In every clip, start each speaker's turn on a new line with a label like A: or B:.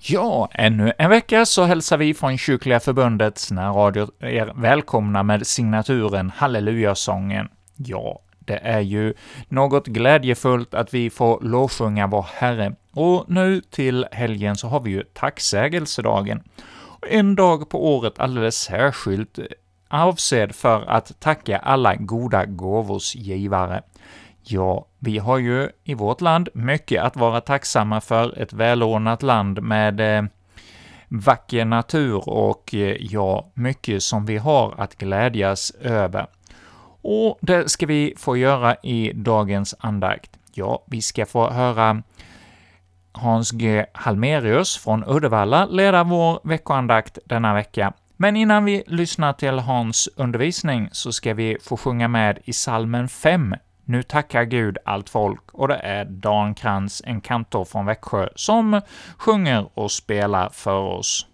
A: Ja, ännu en vecka så hälsar vi från Kyrkliga förbundets närradio er välkomna med signaturen Hallelujasången. Ja, det är ju något glädjefullt att vi får lovsjunga vår Herre. Och nu till helgen så har vi ju tacksägelsedagen. En dag på året alldeles särskilt avsedd för att tacka alla goda gåvors givare. Ja, vi har ju i vårt land mycket att vara tacksamma för, ett välordnat land med vacker natur och ja, mycket som vi har att glädjas över. Och det ska vi få göra i dagens andakt. Ja, vi ska få höra Hans G. Halmerius från Uddevalla leda vår veckoandakt denna vecka. Men innan vi lyssnar till Hans undervisning så ska vi få sjunga med i psalmen 5. Nu tackar Gud allt folk, och det är Dan Krantz, en kantor från Växjö, som sjunger och spelar för oss.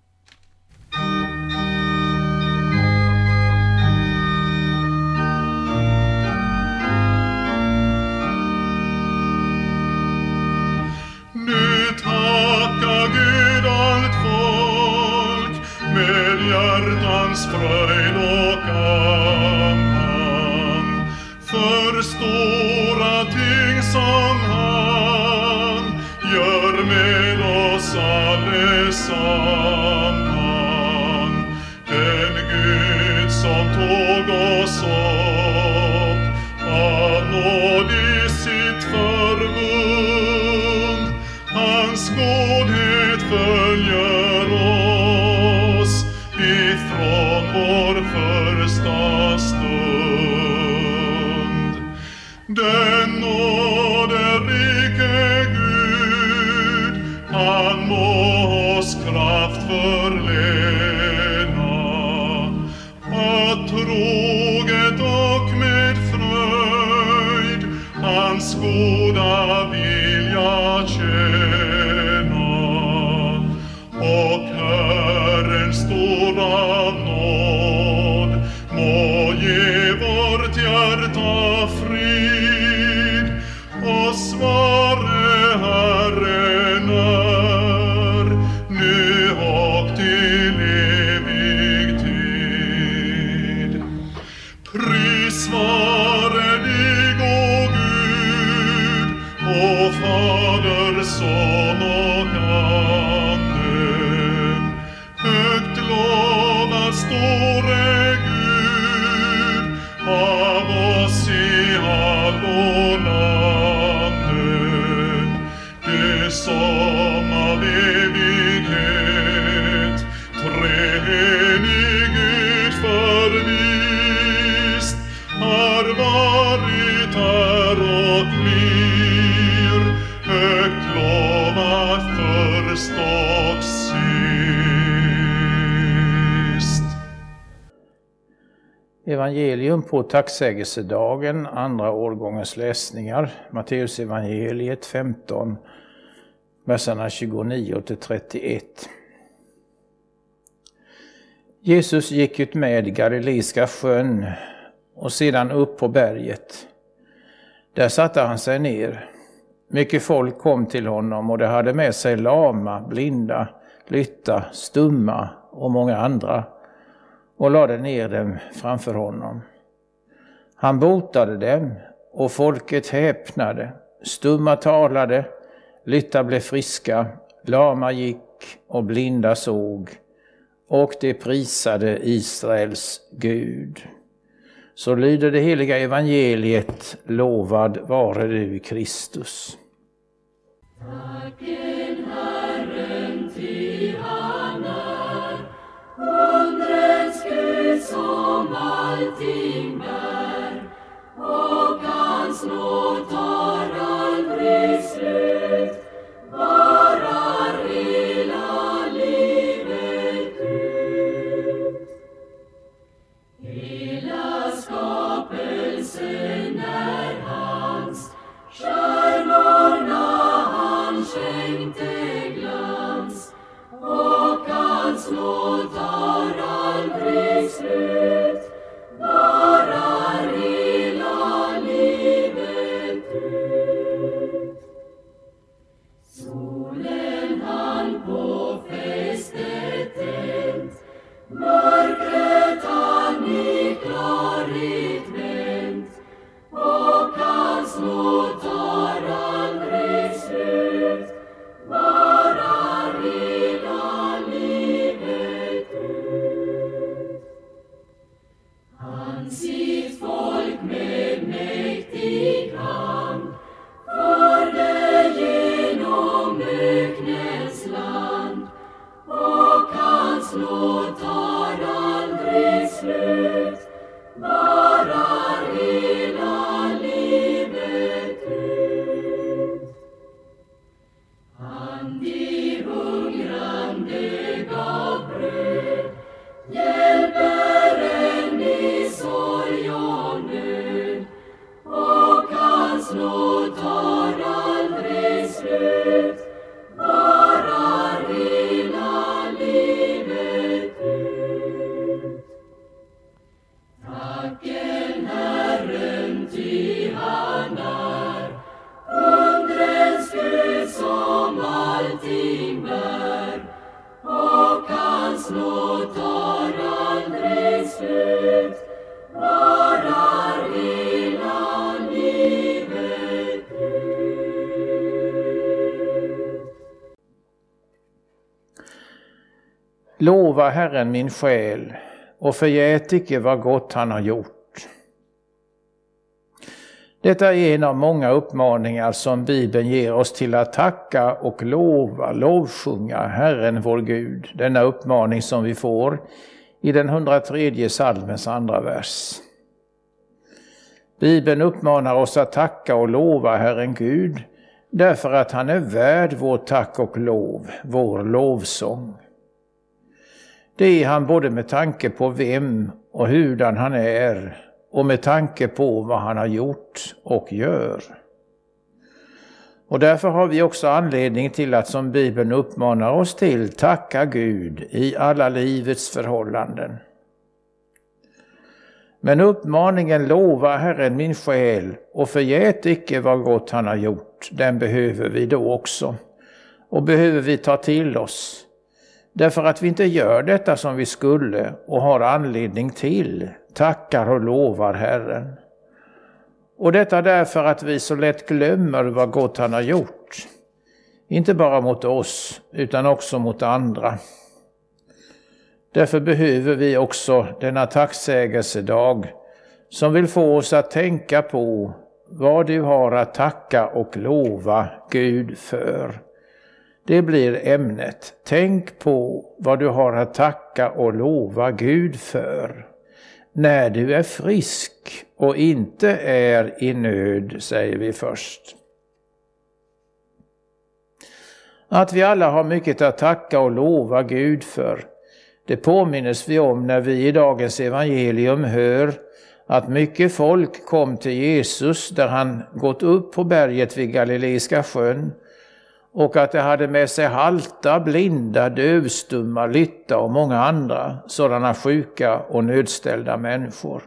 B: Nu tackar Gud allt folk med hjärtans fröjd och för stora ting som han gör med oss allesamman. Den Gud som tog oss upp av nåd i sitt förbund, hans godhet följer oss ifrån vår första stund. Den nåderike Gud, han må oss kraft förlena, att troget och med fröjd hans goda vilja tjäna, och Herrens stora nåd må ge vårt hjärta frid, och svare Herren är nu och till evig tid. Pris vare dig, o Gud, o Fader, Son och Ande. Högt lovad store Gud av oss i allålandet, det som av evighet treenig Gud förvist har varit här och blir högt lovat först och sist.
C: Evangelium på tacksägelsedagen, andra årgångens läsningar, Matteus evangeliet 15, verserna 29-31. Jesus gick ut med Galileiska sjön och sedan upp på berget. Där satte han sig ner. Mycket folk kom till honom, och de hade med sig lama, blinda, lytta, stumma och många andra, och lade ner dem framför honom. Han botade dem, och folket häpnade. Stumma talade, lytta blev friska, lama gick och blinda såg, och de prisade Israels Gud. Så lyder det heliga evangeliet: lovad vare du, Kristus.
D: Tacken Herren, ty han är undrens Gud som allting bär, och hans nåd tar aldrig slut, varar hela livet ut. Hela skapelsen är hans, stjärnorna han skänkte hans nåd tar aldrig slut, varar hela livet ut. Han de hungrande gav bröd, hjälper en i sorg och nöd, och hans nåd tar aldrig slut, varar hela livet ut. Tacken Herren, ty han är undrens Gud som allting bär, och hans nåd tar aldrig slut, varar hela livet ut.
C: Lova Herren min själ, och förgät icke vad gott han har gjort. Detta är en av många uppmaningar som Bibeln ger oss till att tacka och lovsjunga Herren vår Gud. Denna uppmaning som vi får i den 103 psalmens andra vers. Bibeln uppmanar oss att tacka och lova Herren Gud därför att han är värd vår tack och lov, vår lovsång. Det är han både med tanke på vem och hurdan han är och med tanke på vad han har gjort och gör. Och därför har vi också anledning till att, som Bibeln uppmanar oss till, tacka Gud i alla livets förhållanden. Men uppmaningen lova Herren min själ och förgät icke vad gott han har gjort, den behöver vi då också. Och behöver vi ta till oss. Därför att vi inte gör detta som vi skulle och har anledning till, tackar och lovar Herren. Och detta därför att vi så lätt glömmer vad gott han har gjort. Inte bara mot oss utan också mot andra. Därför behöver vi också denna tacksägelsedag som vill få oss att tänka på vad du har att tacka och lova Gud för. Det blir ämnet. Tänk på vad du har att tacka och lova Gud för. När du är frisk och inte är i nöd, säger vi först. Att vi alla har mycket att tacka och lova Gud för, det påminnes vi om när vi i dagens evangelium hör att mycket folk kom till Jesus där han gått upp på berget vid Galileiska sjön, och att det hade med sig halta, blinda, dövstumma, lytta och många andra sådana sjuka och nödställda människor.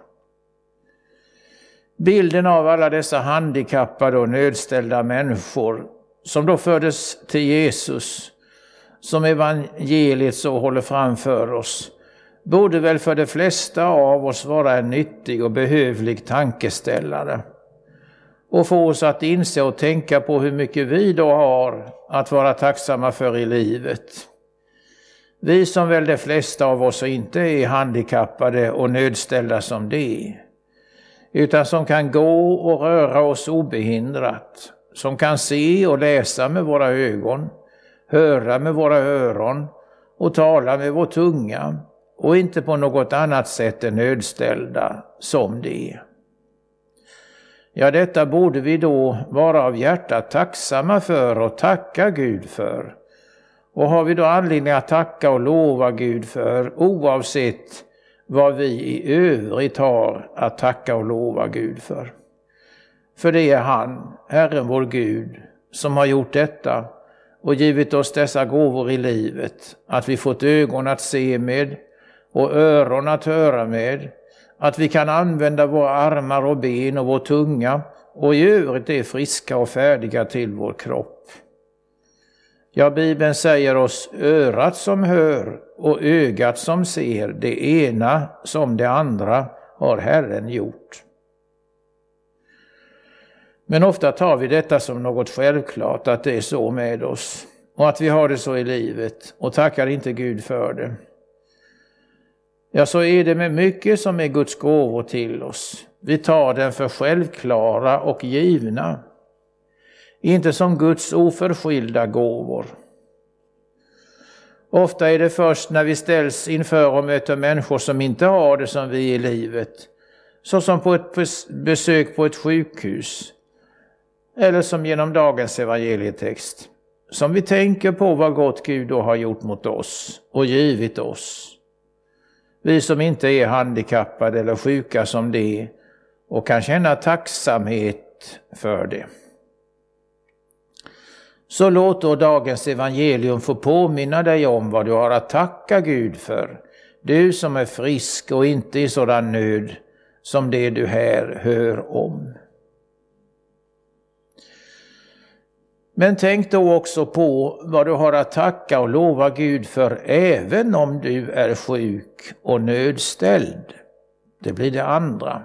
C: Bilden av alla dessa handikappade och nödställda människor som då fördes till Jesus, som evangeliet så håller framför oss, borde väl för de flesta av oss vara en nyttig och behövlig tankeställare och få oss att inse och tänka på hur mycket vi då har att vara tacksamma för i livet. Vi som väl de flesta av oss inte är handikappade och nödställda som det, utan som kan gå och röra oss obehindrat, som kan se och läsa med våra ögon, höra med våra öron och tala med vår tunga och inte på något annat sätt är nödställda som det. Ja, detta borde vi då vara av hjärtat tacksamma för och tacka Gud för. Och har vi då anledning att tacka och lova Gud för, oavsett vad vi i övrigt har att tacka och lova Gud för. För det är han, Herren vår Gud, som har gjort detta och givit oss dessa gåvor i livet, att vi fått ögon att se med och öron att höra med, att vi kan använda våra armar och ben och vår tunga och i övrigt är friska och färdiga till vår kropp. Ja, Bibeln säger oss örat som hör och ögat som ser, det ena som det andra har Herren gjort. Men ofta tar vi detta som något självklart, att det är så med oss och att vi har det så i livet och tackar inte Gud för det. Ja, så är det med mycket som är Guds gåvor till oss. Vi tar den för självklara och givna, inte som Guds oförskilda gåvor. Ofta är det först när vi ställs inför och möter människor som inte har det som vi i livet, såsom på ett besök på ett sjukhus eller som genom dagens evangelietext, som vi tänker på vad gott Gud då har gjort mot oss och givit oss. Vi som inte är handikappade eller sjuka som det och kan känna tacksamhet för det. Så låt då dagens evangelium få påminna dig om vad du har att tacka Gud för. Du som är frisk och inte i sådan nöd som det du här hör om. Men tänk då också på vad du har att tacka och lova Gud för även om du är sjuk och nödställd. Det blir det andra.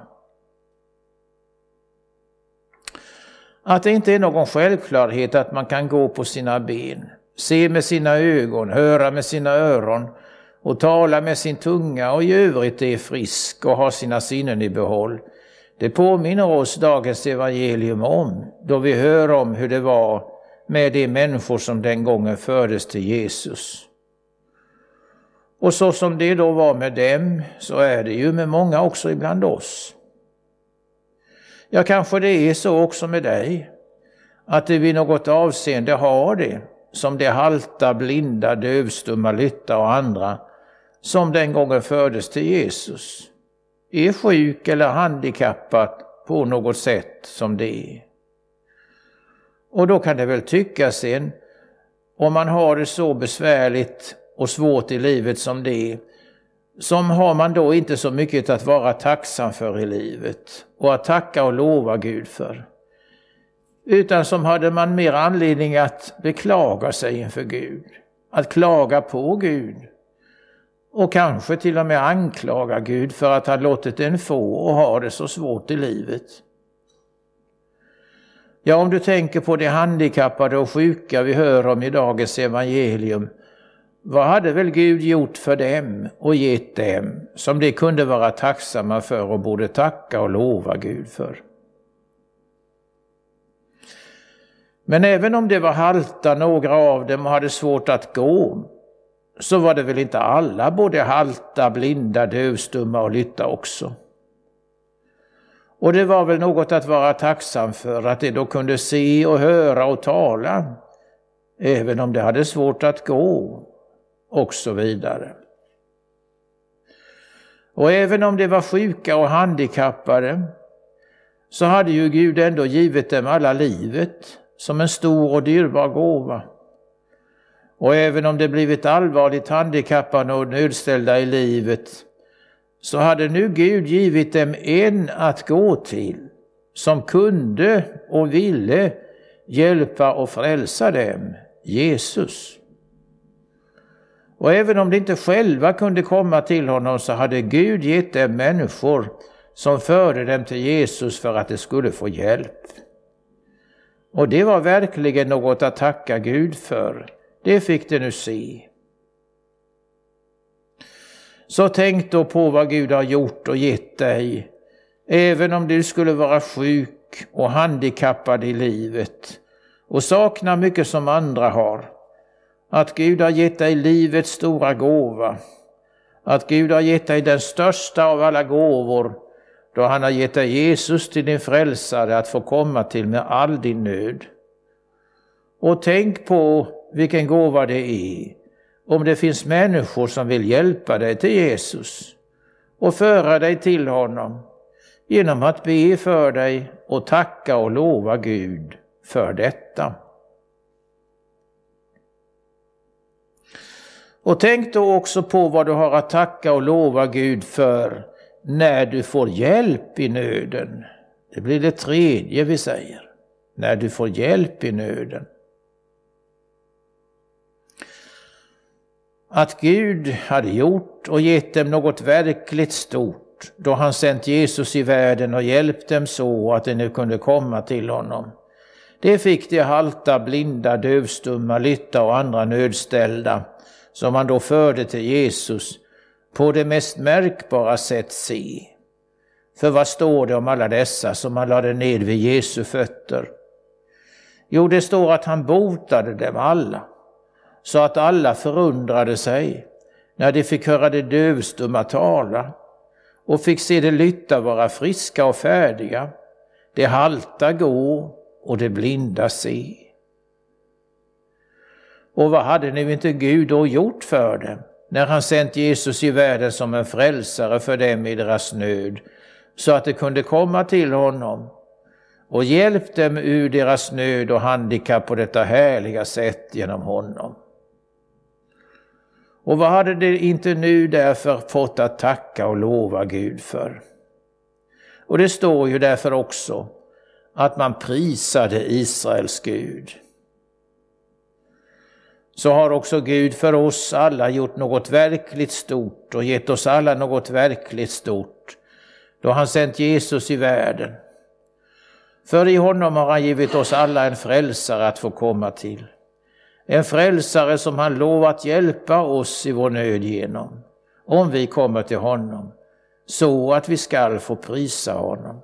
C: Att det inte är någon självklarhet att man kan gå på sina ben, se med sina ögon, höra med sina öron och tala med sin tunga och i övrigt är frisk och har sina sinnen i behåll. Det påminner oss dagens evangelium om då vi hör om hur det var med de människor som den gången fördes till Jesus. Och så som det då var med dem så är det ju med många också ibland oss. Ja, kanske det är så också med dig, att du vid något avseende har det, som det halta, blinda, dövstumma, lytta och andra, som den gången fördes till Jesus, är sjuk eller handikappad på något sätt som det är. Och då kan det väl tyckas sen, om man har det så besvärligt och svårt i livet som det är, som har man då inte så mycket att vara tacksam för i livet och att tacka och lova Gud för. Utan som hade man mer anledning att beklaga sig inför Gud, att klaga på Gud och kanske till och med anklaga Gud för att ha låtit en få och ha det så svårt i livet. Ja, om du tänker på de handikappade och sjuka vi hör om i dagens evangelium, vad hade väl Gud gjort för dem och gett dem som de kunde vara tacksamma för och borde tacka och lova Gud för? Men även om det var halta några av dem och hade svårt att gå, så var det väl inte alla både halta, blinda, dövstumma och lytta också. Och det var väl något att vara tacksam för att de då kunde se och höra och tala, även om det hade svårt att gå och så vidare. Och även om de var sjuka och handikappade så hade ju Gud ändå givit dem alla livet som en stor och dyrbar gåva. Och även om de blivit allvarligt handikappade och nödställda i livet så hade nu Gud givit dem en att gå till som kunde och ville hjälpa och frälsa dem, Jesus. Och även om de inte själva kunde komma till honom så hade Gud gett dem människor som förde dem till Jesus för att de skulle få hjälp. Och det var verkligen något att tacka Gud för. Det fick de nu se. Så tänk då på vad Gud har gjort och gett dig, även om du skulle vara sjuk och handikappad i livet och sakna mycket som andra har. Att Gud har gett dig livets stora gåva. Att Gud har gett dig den största av alla gåvor då han har gett dig Jesus till din frälsare att få komma till med all din nöd. Och tänk på vilken gåva det är om det finns människor som vill hjälpa dig till Jesus och föra dig till honom genom att be för dig och tacka och lova Gud för detta. Och tänk då också på vad du har att tacka och lova Gud för när du får hjälp i nöden. Det blir det tredje vi säger. När du får hjälp i nöden. Att Gud hade gjort och gett dem något verkligt stort då han sänt Jesus i världen och hjälpt dem så att de nu kunde komma till honom. Det fick de halta, blinda, dövstumma, lytta och andra nödställda som han då förde till Jesus på det mest märkbara sätt se. För vad står det om alla dessa som han lade ned vid Jesu fötter? Jo, det står att han botade dem alla, så att alla förundrade sig när de fick höra de dövstumma tala och fick se de lytta vara friska och färdiga, de halta gå och de blinda se. Och vad hade nu inte Gud då gjort för dem, när han sänt Jesus i världen som en frälsare för dem i deras nöd, så att de kunde komma till honom och hjälpt dem ur deras nöd och handikapp på detta härliga sätt genom honom. Och vad hade de inte nu därför fått att tacka och lova Gud för? Och det står ju därför också att man prisade Israels Gud. Så har också Gud för oss alla gjort något verkligt stort och gett oss alla något verkligt stort, då han sänt Jesus i världen. För i honom har han givit oss alla en frälsare att få komma till. En frälsare som han lovat hjälpa oss i vår nöd genom, om vi kommer till honom, så att vi skall få prisa honom.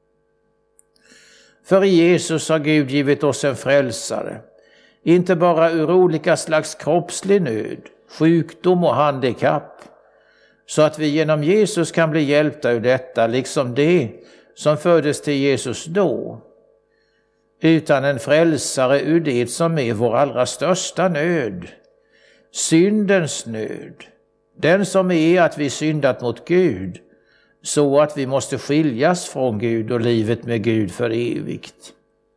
C: För i Jesus har Gud givit oss en frälsare, inte bara ur olika slags kroppslig nöd, sjukdom och handikapp, så att vi genom Jesus kan bli hjälpta ur detta, liksom det som föddes till Jesus då, utan en frälsare ur det som är vår allra största nöd, syndens nöd, den som är att vi syndat mot Gud, så att vi måste skiljas från Gud och livet med Gud för evigt.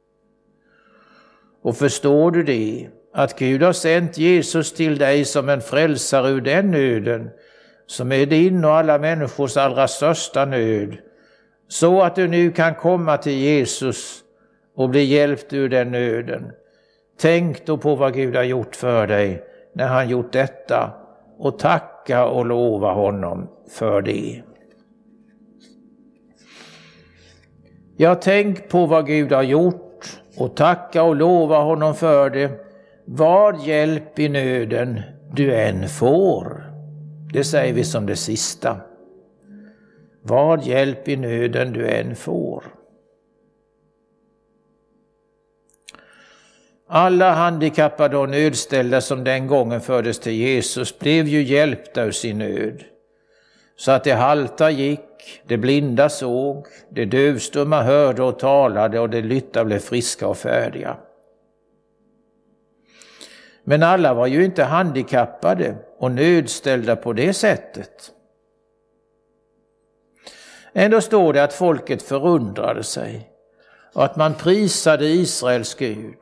C: Och förstår du det, att Gud har sänt Jesus till dig som en frälsare ur den nöden, som är din och alla människors allra största nöd, så att du nu kan komma till Jesus och bli hjälpt ur den nöden. Tänk då på vad Gud har gjort för dig när han gjort detta, och tacka och lova honom för det. Jag tänk på vad Gud har gjort och tacka och lova honom för det, vad hjälp i nöden du än får. Det säger vi som det sista. Vad hjälp i nöden du än får. Alla handikappade och nödställda som den gången fördes till Jesus blev ju hjälpta ur sin nöd. Så att det halta gick, det blinda såg, det dövstumma hörde och talade och det lytta blev friska och färdiga. Men alla var ju inte handikappade och nödställda på det sättet. Ändå står det att folket förundrade sig och att man prisade Israels Gud.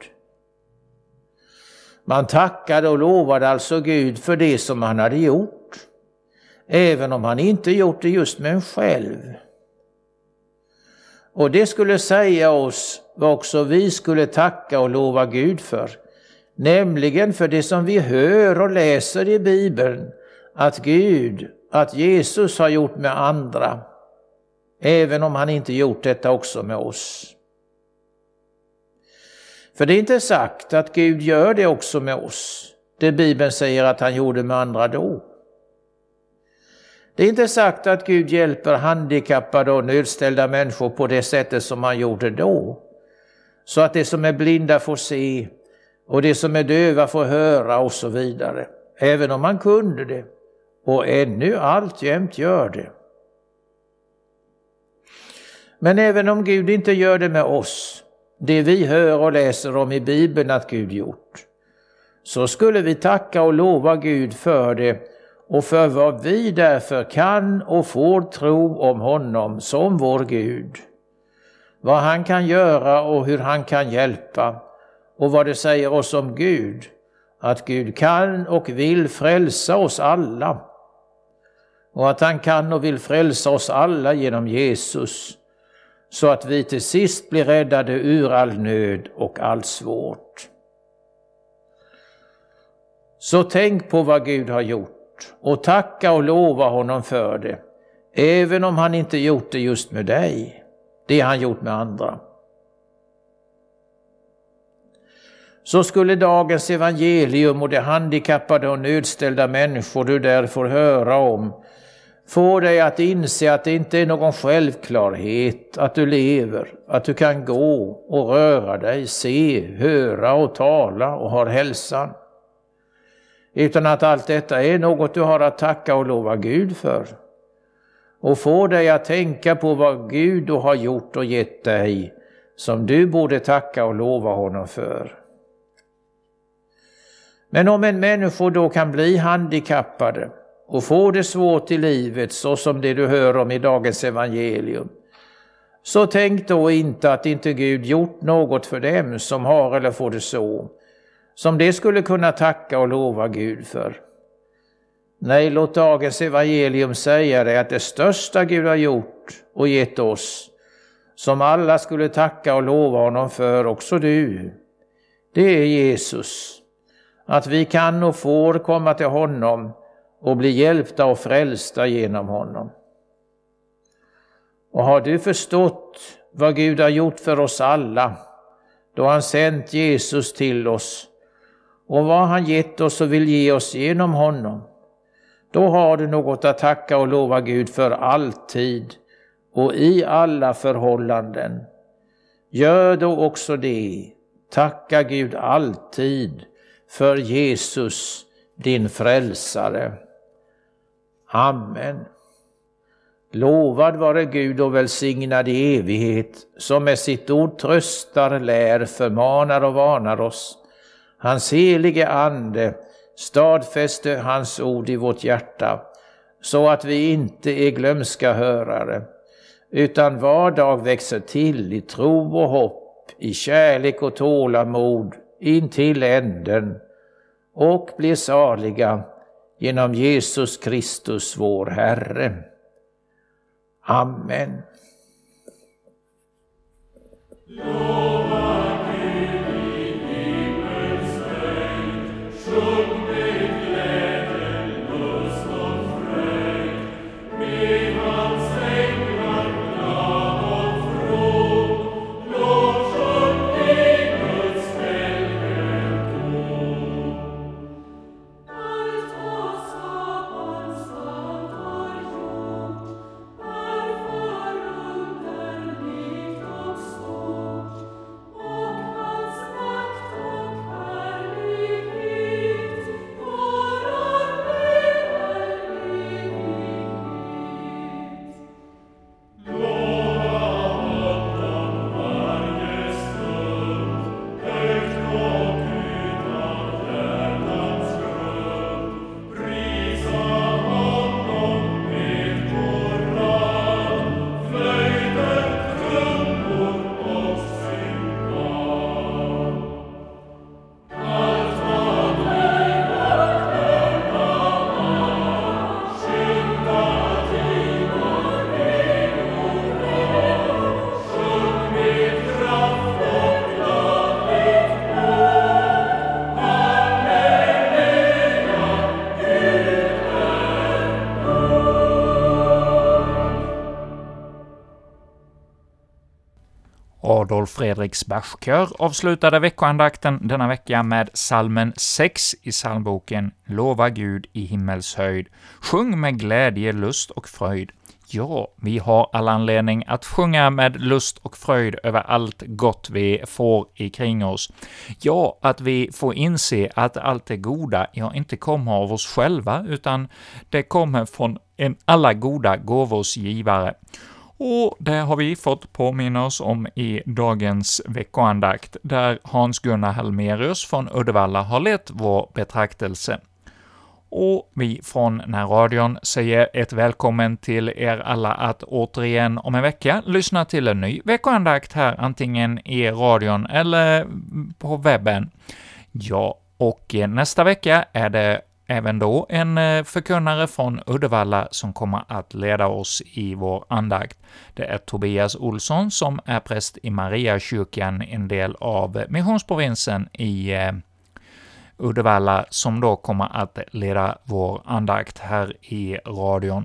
C: Man tackade och lovade alltså Gud för det som han hade gjort, även om han inte gjort det just med en själv. Och det skulle säga oss vad också vi skulle tacka och lova Gud för, nämligen för det som vi hör och läser i Bibeln, att Jesus har gjort med andra, även om han inte gjort detta också med oss. För det är inte sagt att Gud gör det också med oss, det Bibeln säger att han gjorde med andra då. Det är inte sagt att Gud hjälper handikappade och nödställda människor på det sättet som han gjorde då, så att det som är blinda får se och det som är döva får höra och så vidare, även om han kunde det och ännu alltjämt gör det. Men även om Gud inte gör det med oss, det vi hör och läser om i Bibeln att Gud gjort, så skulle vi tacka och lova Gud för det och för vad vi därför kan och får tro om honom som vår Gud. Vad han kan göra och hur han kan hjälpa, och vad det säger oss om Gud, att Gud kan och vill frälsa oss alla, och att han kan och vill frälsa oss alla genom Jesus, så att vi till sist blir räddade ur all nöd och allt svårt. Så tänk på vad Gud har gjort och tacka och lova honom för det, även om han inte gjort det just med dig, det han gjort med andra. Så skulle dagens evangelium och de handikappade och nödställda människor du där får höra om få dig att inse att det inte är någon självklarhet att du lever, att du kan gå och röra dig, se, höra och tala och har hälsan. utan att allt detta är något du har att tacka och lova Gud för. Och få dig att tänka på vad Gud då har gjort och gett dig, som du borde tacka och lova honom för. Men om en människa då kan bli handikappade och få det svårt i livet, så som det du hör om i dagens evangelium, så tänk då inte att inte Gud gjort något för dem som har eller får det så, som det skulle kunna tacka och lova Gud för. Nej, låt dagens evangelium säga dig att det största Gud har gjort och gett oss, som alla skulle tacka och lova honom för, också du, det är Jesus. Att vi kan och får komma till honom och bli hjälpta och frälsta genom honom. Och har du förstått vad Gud har gjort för oss alla, då han sänt Jesus till oss, och vad han gett oss och vill ge oss genom honom, då har du något att tacka och lova Gud för alltid och i alla förhållanden. Gör då också det. Tacka Gud alltid för Jesus, din frälsare. Amen. Lovad vare Gud och välsignad i evighet, som med sitt ord tröstar, lär, förmanar och varnar oss. Hans helige ande stadfäste hans ord i vårt hjärta, så att vi inte är glömska hörare, utan var dag växer till i tro och hopp, i kärlek och tålamod in till änden, och blir saliga genom Jesus Kristus vår Herre. Amen.
A: Adolf Fredriks Bachkör avslutade veckoandakten denna vecka med psalmen 6 i psalmboken Lova Gud i himmelshöjd. Sjung med glädje, lust och fröjd. Ja, vi har all anledning att sjunga med lust och fröjd över allt gott vi får ikring oss. Ja, att vi får inse att allt det goda inte kommer av oss själva, utan det kommer från en alla goda gåvors givare. Och det har vi fått påminna oss om i dagens veckoandakt, där Hans-Gunnar Helmerius från Uddevalla har lett vår betraktelse. Och vi från närradion säger ett välkommen till er alla att återigen om en vecka lyssna till en ny veckoandakt här, antingen i radion eller på webben. Ja, och nästa vecka är det även då en förkunnare från Uddevalla som kommer att leda oss i vår andakt. Det är Tobias Olsson som är präst i Mariakyrkan, en del av missionsprovinsen i Uddevalla, som då kommer att leda vår andakt här i radion.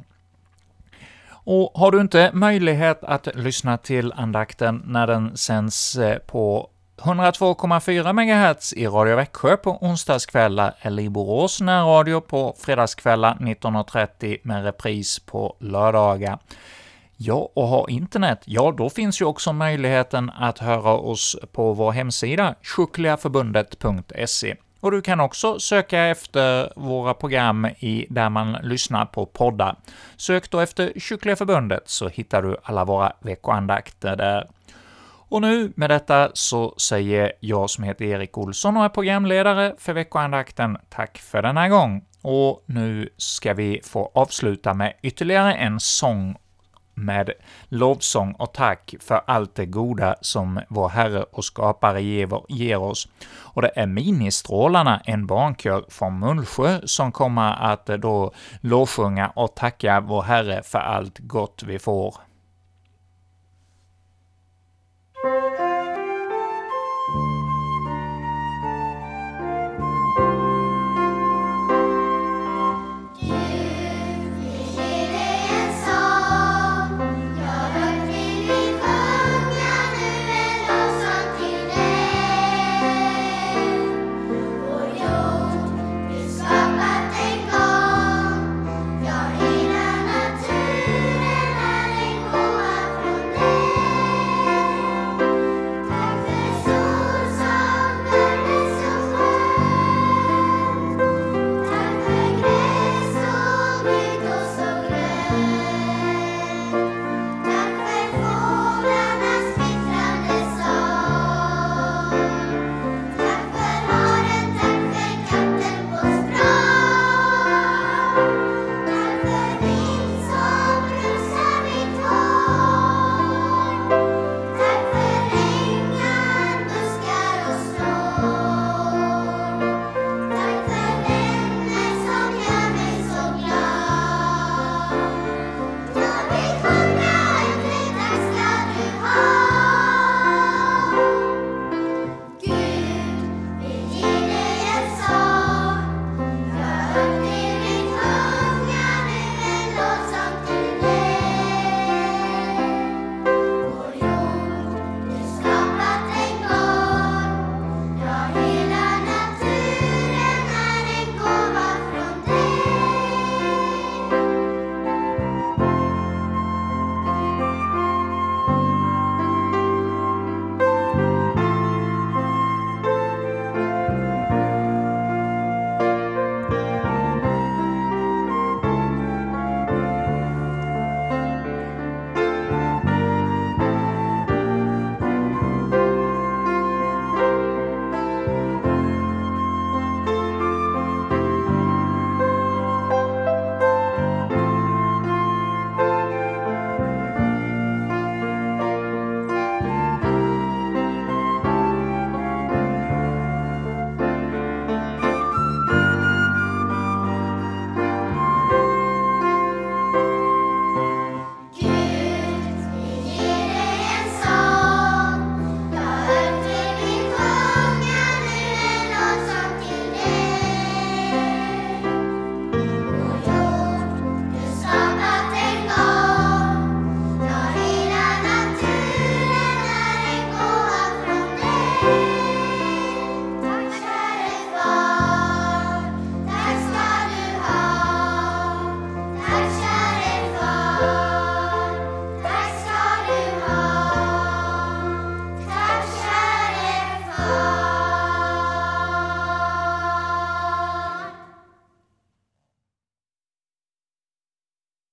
A: Och har du inte möjlighet att lyssna till andakten när den sänds på 102,4 MHz i Radio Växjö på onsdagskvällar eller i Borås närradio på fredagskvällar 19.30 med repris på lördagar. Ja, och ha internet, då finns ju också möjligheten att höra oss på vår hemsida kyrkligaförbundet.se. Och du kan också söka efter våra program där man lyssnar på poddar. Sök då efter Kyrkliga Förbundet så hittar du alla våra veckoandakter där. Och nu med detta så säger jag som heter Erik Olsson och är programledare för veckoandakten tack för den här gång. Och nu ska vi få avsluta med ytterligare en sång med lovsång och tack för allt det goda som vår Herre och skapare ger oss. Och det är Ministrålarna, en barnkör från Mullsjö, som kommer att då lovsjunga och tacka vår Herre för allt gott vi får.